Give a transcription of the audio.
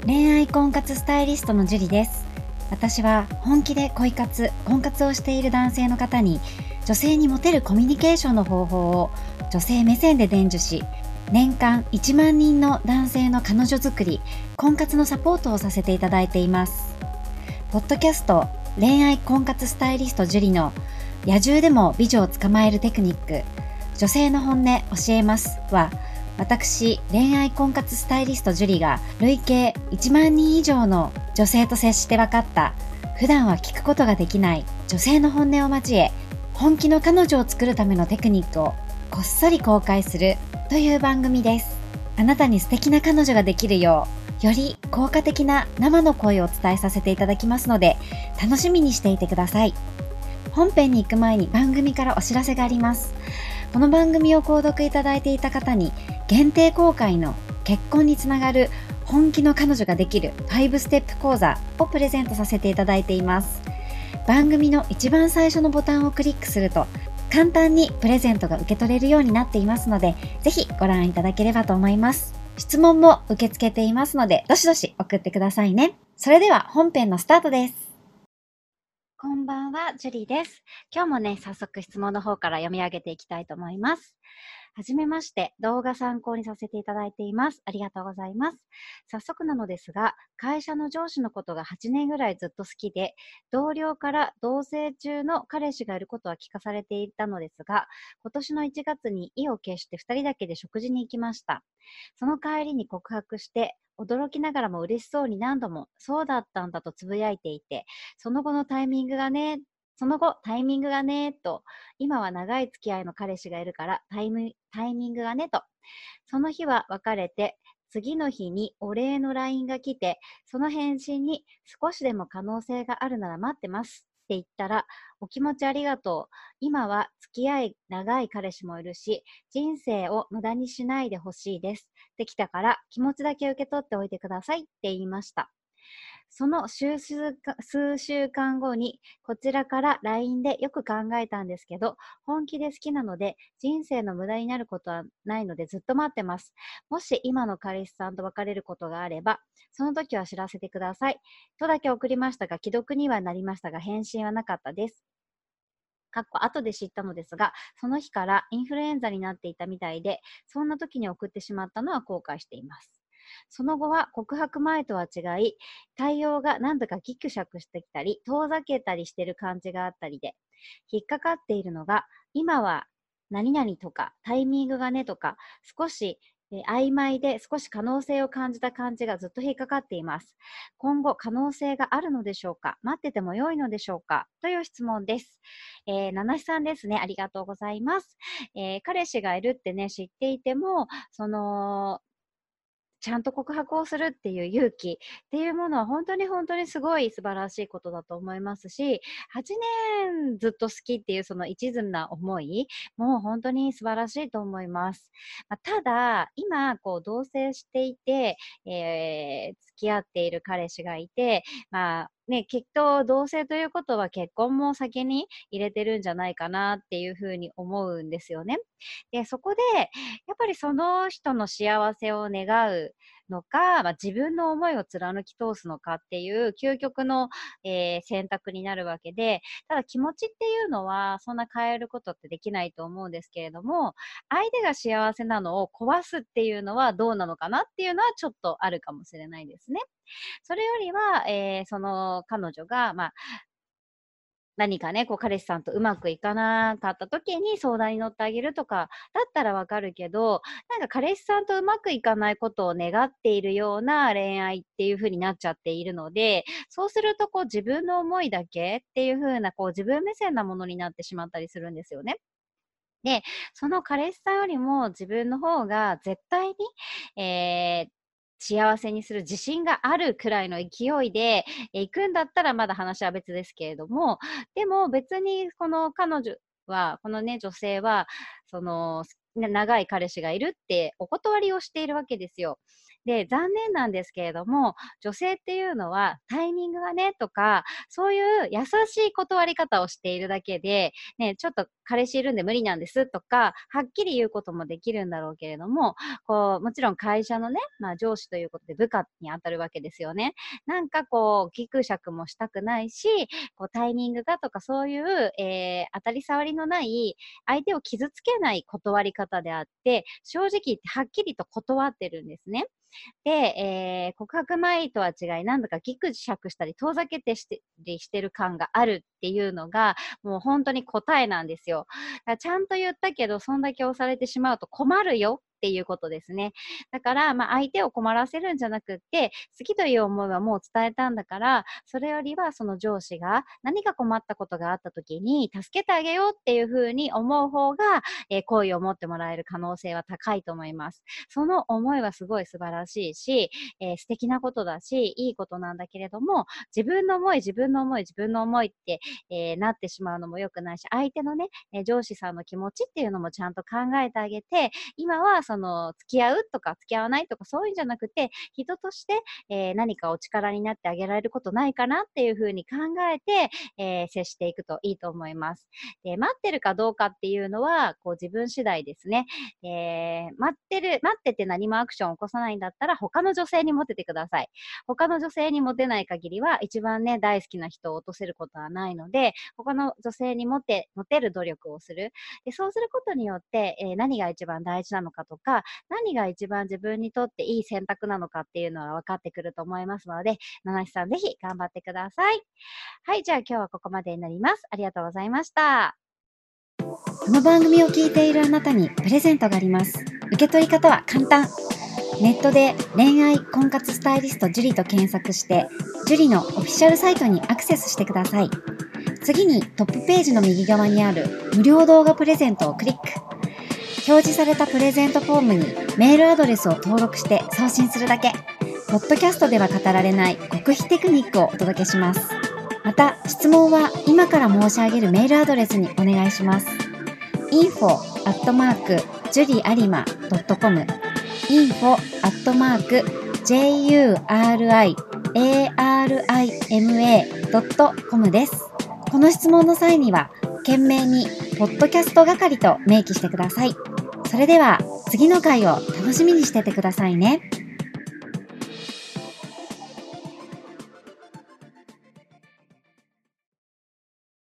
恋愛婚活スタイリストのジュリです。私は本気で恋活、婚活をしている男性の方に女性にモテるコミュニケーションの方法を女性目線で伝授し、年間1万人の男性の彼女作り、婚活のサポートをさせていただいています。ポッドキャスト恋愛婚活スタイリストジュリの野獣でも美女を捕まえるテクニック、女性の本音教えますは、私恋愛婚活スタイリストジュリが累計1万人以上の女性と接して分かった普段は聞くことができない女性の本音を交え、本気の彼女を作るためのテクニックをこっそり公開するという番組です。あなたに素敵な彼女ができるよう、より効果的な生の声をお伝えさせていただきますので、楽しみにしていてください。本編に行く前に番組からお知らせがあります。この番組を購読いただいていた方に限定公開の結婚につながる本気の彼女ができる5ステップ講座をプレゼントさせていただいています。番組の一番最初のボタンをクリックすると簡単にプレゼントが受け取れるようになっていますので、ぜひご覧いただければと思います。質問も受け付けていますので、どしどし送ってくださいね。それでは本編のスタートです。こんばんは、ジュリーです。今日もね、早速質問の方から読み上げていきたいと思います。はじめまして、動画参考にさせていただいています。ありがとうございます。早速なのですが、会社の上司のことが8年ぐらいずっと好きで、同僚から同棲中の彼氏がいることは聞かされていたのですが、今年の1月に意を決して2人だけで食事に行きました。その帰りに告白して、驚きながらも嬉しそうに何度もそうだったんだとつぶやいていて、その後タイミングがねと、今は長い付き合いの彼氏がいるからタイミングがねと、その日は別れて、次の日にお礼の LINE が来て、その返信に少しでも可能性があるなら待ってますって言ったら、お気持ちありがとう。今は付き合い長い彼氏もいるし、人生を無駄にしないでほしいです。できたから気持ちだけ受け取っておいてくださいって言いました。その数週間後に、こちらから LINE でよく考えたんですけど、本気で好きなので、人生の無駄になることはないのでずっと待ってます。もし今の彼氏さんと別れることがあれば、その時は知らせてください。とだけ送りましたが、既読にはなりましたが、返信はなかったです。後で知ったのですが、その日からインフルエンザになっていたみたいで、そんな時に送ってしまったのは後悔しています。その後は告白前とは違い、対応が何度かギクシャクしてきたり、遠ざけたりしてる感じがあったりで、引っかかっているのが、今は何々とか、タイミングがねとか、少し曖昧で少し可能性を感じた感じがずっと引っかかっています。今後可能性があるのでしょうか？待ってても良いのでしょうか？という質問です。七七さんですね。ありがとうございます。彼氏がいるってね、知っていても、ちゃんと告白をするっていう勇気っていうものは本当に本当にすごい素晴らしいことだと思いますし、8年ずっと好きっていうその一途な思いも本当に素晴らしいと思います。ただ、今、同棲していて、付き合っている彼氏がいて、きっと同棲ということは結婚も先に入れてるんじゃないかなっていうふうに思うんですよね。で、そこで、やっぱりその人の幸せを願うのか、自分の思いを貫き通すのかっていう究極の、選択になるわけで、ただ気持ちっていうのはそんな変えることってできないと思うんですけれども、相手が幸せなのを壊すっていうのはどうなのかなっていうのはちょっとあるかもしれないですね。それよりは、その彼女が、何かね、彼氏さんとうまくいかなかった時に相談に乗ってあげるとか、だったらわかるけど、なんか彼氏さんとうまくいかないことを願っているような恋愛っていう風になっちゃっているので、そうすると自分の思いだけっていう風な自分目線なものになってしまったりするんですよね。で、その彼氏さんよりも自分の方が絶対に、幸せにする自信があるくらいの勢いで、行くんだったらまだ話は別ですけれども、でも別にこの彼女は、このね、女性は、長い彼氏がいるってお断りをしているわけですよ。 で、残念なんですけれども、女性っていうのはタイミングがねとか、そういう優しい断り方をしているだけで、ね、ちょっと彼氏いるんで無理なんですとか、はっきり言うこともできるんだろうけれども、もちろん会社のね、上司ということで部下に当たるわけですよね。なんかギクシャクもしたくないし、タイミングがとかそういう、当たり障りのない相手を傷つけない断り方であって、正直言ってはっきりと断ってるんですね。で、告白前とは違い、なんだかギクシャクしたり遠ざけてしてる感があるっていうのが、もう本当に答えなんですよ。だからちゃんと言ったけど、そんだけ押されてしまうと困るよっていうことですね。だから、相手を困らせるんじゃなくって、好きという思いはもう伝えたんだから、それよりはその上司が何か困ったことがあった時に助けてあげようっていうふうに思う方が、好意を持ってもらえる可能性は高いと思います。その思いはすごい素晴らしいし、素敵なことだし、いいことなんだけれども、自分の思いって、なってしまうのも良くないし、相手のね、上司さんの気持ちっていうのもちゃんと考えてあげて、今はその付き合うとか付き合わないとかそういうんじゃなくて、人として、何かお力になってあげられることないかなっていうふうに考えて、接していくといいと思います。で、待ってるかどうかっていうのは、自分次第ですね。待ってて何もアクションを起こさないんだったら、他の女性にモテてください。他の女性にモテない限りは、一番ね、大好きな人を落とせることはないので、他の女性にモテる努力をする。で、そうすることによって、何が一番大事なのかとか、何が一番自分にとっていい選択なのかっていうのは分かってくると思いますので、七七さんぜひ頑張ってください。はい、じゃあ今日はここまでになります。ありがとうございました。この番組を聞いているあなたにプレゼントがあります。受け取り方は簡単。ネットで恋愛婚活スタイリスト樹と検索して、樹のオフィシャルサイトにアクセスしてください。次にトップページの右側にある無料動画プレゼントをクリック。表示されたプレゼントフォームにメールアドレスを登録して送信するだけ。ポッドキャストでは語られない極秘テクニックをお届けします。また、質問は今から申し上げるメールアドレスにお願いします。info@juriarima.com info@juriarima.com です。この質問の際には、懸命にポッドキャスト係と明記してください。それでは次の回を楽しみにしててくださいね。